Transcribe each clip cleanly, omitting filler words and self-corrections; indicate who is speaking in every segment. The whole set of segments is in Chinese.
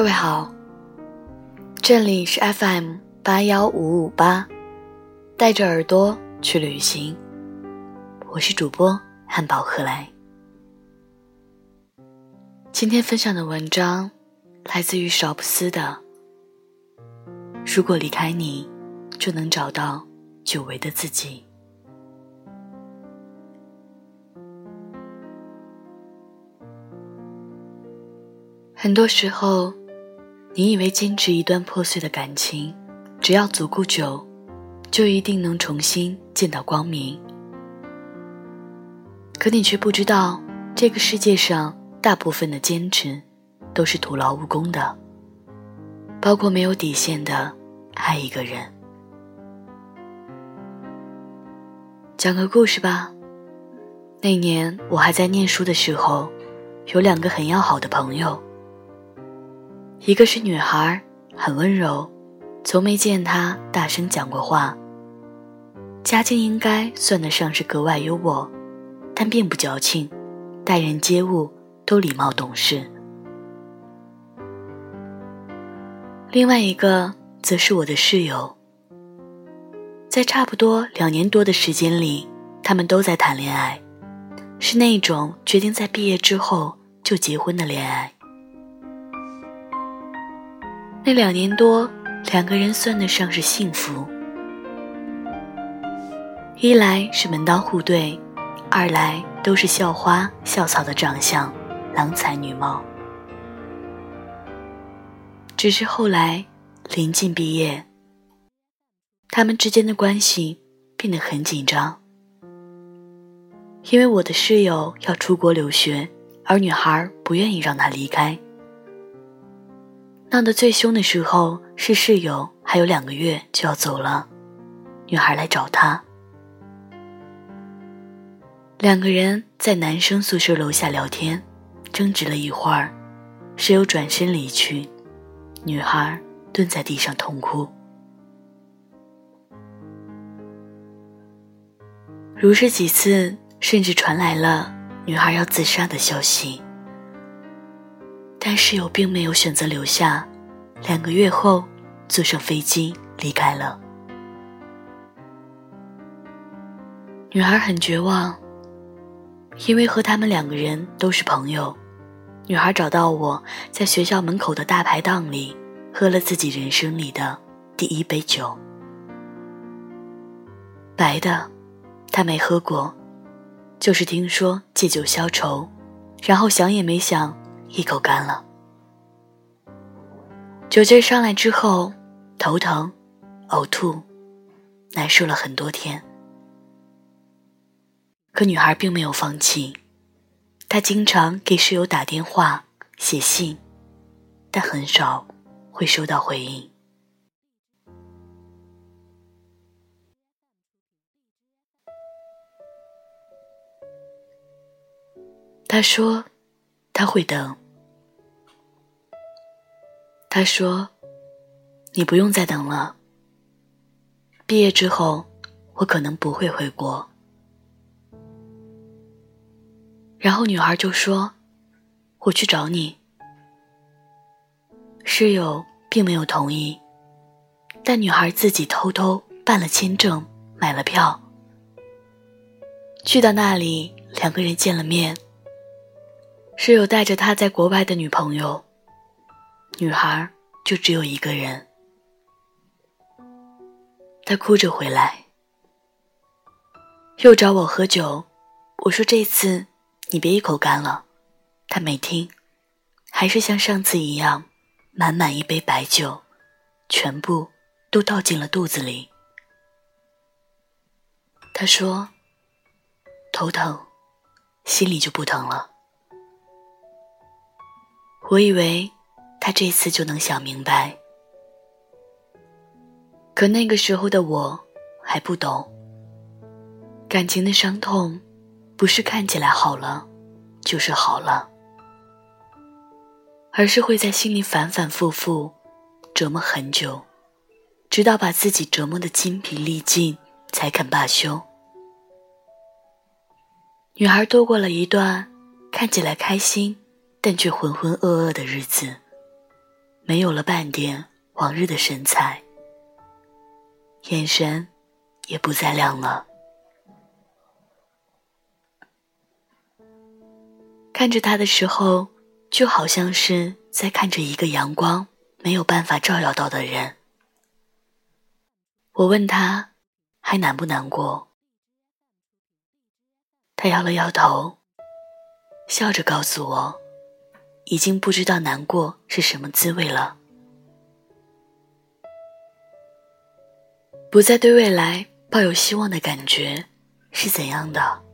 Speaker 1: 各位好，这里是 FM81558，带着耳朵去旅行，我是主播汉堡何来。今天分享的文章来自于少不思的如果离开你，就能找到久违的自己。很多时候，你以为坚持一段破碎的感情，只要足够久，就一定能重新见到光明。可你却不知道，这个世界上大部分的坚持都是徒劳无功的，包括没有底线的爱一个人。讲个故事吧。那年我还在念书的时候，有2个很要好的朋友，一个是女孩，很温柔，从没见她大声讲过话，家境应该算得上是格外优渥，但并不矫情，待人接物都礼貌懂事。另外一个则是我的室友，在差不多2年多的时间里，他们都在谈恋爱，是那种决定在毕业之后就结婚的恋爱。那2年多，2个人算得上是幸福。一来是门当户对，二来都是校花校草的长相，郎才女貌。只是后来临近毕业，他们之间的关系变得很紧张。因为我的室友要出国留学，而女孩不愿意让他离开。闹得最凶的时候是室友还有2个月就要走了，女孩来找他。2个人在男生宿舍楼下聊天，争执了一会儿，室友转身离去，女孩蹲在地上痛哭。如是几次，甚至传来了女孩要自杀的消息，但室友并没有选择留下，2个月后坐上飞机离开了。女孩很绝望，因为和他们2个人都是朋友。女孩找到我，在学校门口的大排档里喝了自己人生里的第1杯酒，白的她没喝过，就是听说借酒消愁，然后想也没想一口干了。酒劲上来之后，头疼、呕吐，难受了很多天。可女孩并没有放弃，她经常给室友打电话、写信，但很少会收到回应。她说她会等。她说你不用再等了，毕业之后我可能不会回国。然后女孩就说我去找你。室友并没有同意，但女孩自己偷偷办了签证，买了票。去到那里，2个人见了面。室友带着他在国外的女朋友，女孩就只有1个人。他哭着回来，又找我喝酒。我说这次你别一口干了，他没听，还是像上次一样，满满1杯白酒，全部都倒进了肚子里。他说头疼，心里就不疼了。我以为他这次就能想明白，可那个时候的我还不懂，感情的伤痛不是看起来好了就是好了，而是会在心里反反复复折磨很久，直到把自己折磨得筋疲力尽才肯罢休。女孩度过了一段看起来开心但却浑浑噩噩的日子。 没有了半点往日的神采，眼神也不再亮了。看着他的时候，就好像是在看着一个阳光没有办法照耀到的人。我问他还难不难过，他摇了摇头，笑着告诉我，已经不知道难过是什么滋味了，不再对未来抱有希望的感觉是怎样的？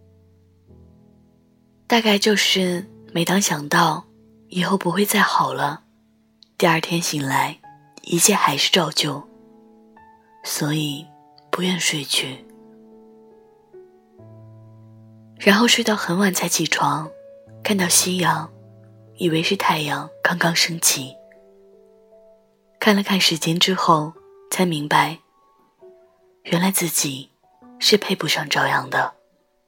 Speaker 1: 大概就是每当想到以后不会再好了，第二天醒来一切还是照旧，所以不愿睡去，然后睡到很晚才起床，看到夕阳，以为是太阳刚刚升起，看了看时间之后才明白，原来自己是配不上朝阳的。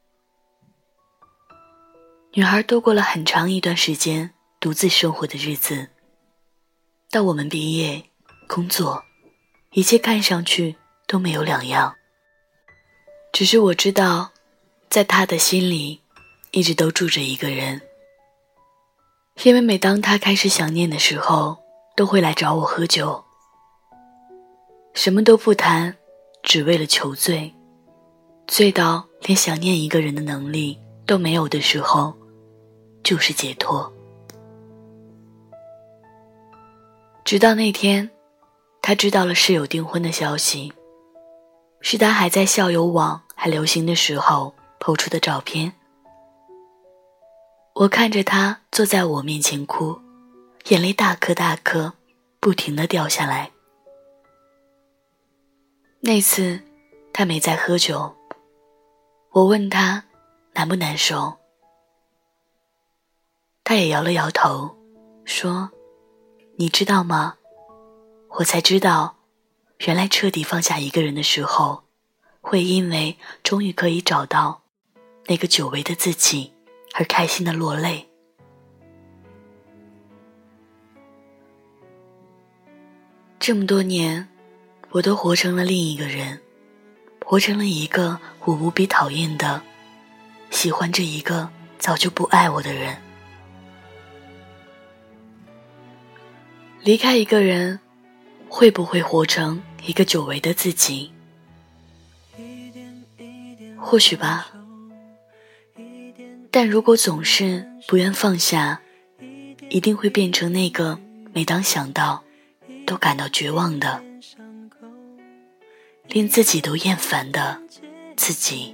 Speaker 1: 女孩度过了很长一段时间独自生活的日子，到我们毕业工作，一切看上去都没有两样。只是我知道，在她的心里一直都住着一个人，因为每当她开始想念的时候，都会来找我喝酒，什么都不谈，只为了求醉，醉到连想念一个人的能力都没有的时候，就是解脱。直到那天，他知道了室友订婚的消息，是他还在校友网还流行的时候抛出的照片。我看着他坐在我面前哭，眼泪大颗大颗不停地掉下来。那次他没再喝酒，我问他难不难受，他也摇了摇头，说你知道吗？我才知道，原来彻底放下一个人的时候，会因为终于可以找到那个久违的自己而开心的落泪。这么多年，我都活成了另一个人，活成了一个我无比讨厌的，喜欢着一个早就不爱我的人。离开一个人，会不会活成一个久违的自己？或许吧，但如果总是不愿放下，一定会变成那个每当想到都感到绝望的，连自己都厌烦的自己。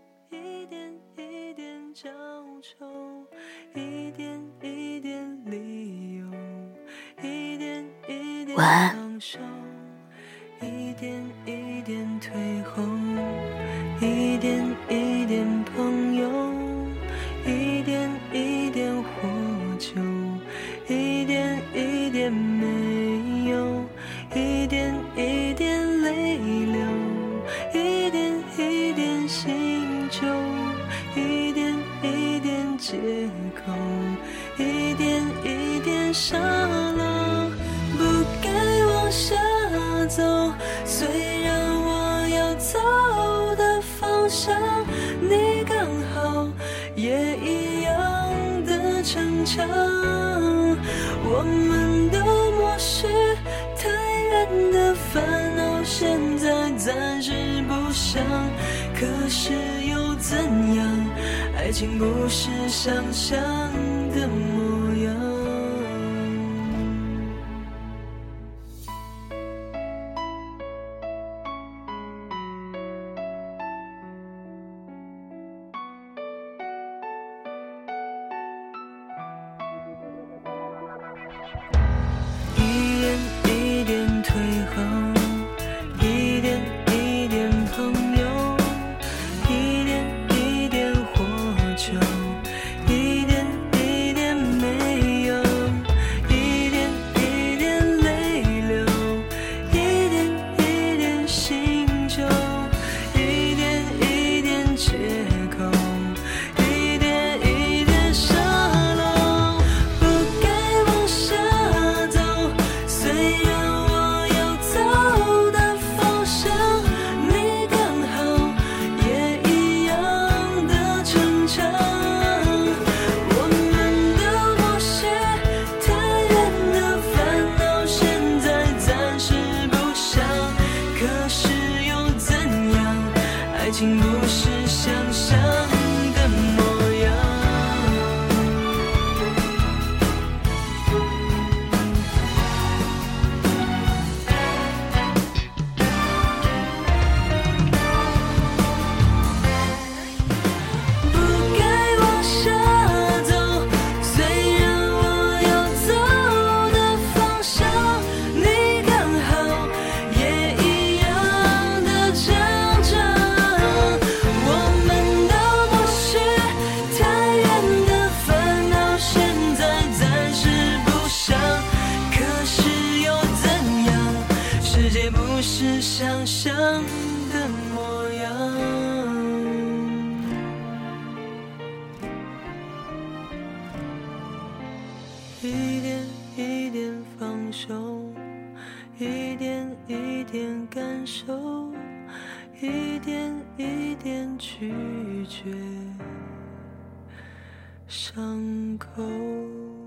Speaker 1: 晚安。
Speaker 2: 一点一点退后，一点一点朋友，一点一点获救，一点一点没有，一点一点泪流，一点一点醒酒，一点一点借口，一点一点傻了，不该往下走，虽然我要走的方向，你刚好也一样的逞强。我们都默许太远的烦恼，现在暂时不想。可是又怎样？爱情不是想象的模样。一点一点退后，一点一点朋友，一点一点获救，一点一点没情不是想象的模样。不该往下走，虽然我要走的方向，你刚好也一样的挣扎。我们都不是太远的烦恼，现在暂时不想。可是又怎样？世界不是想象的模样。一点一点放手，一点一点感受，一点一点拒绝伤口。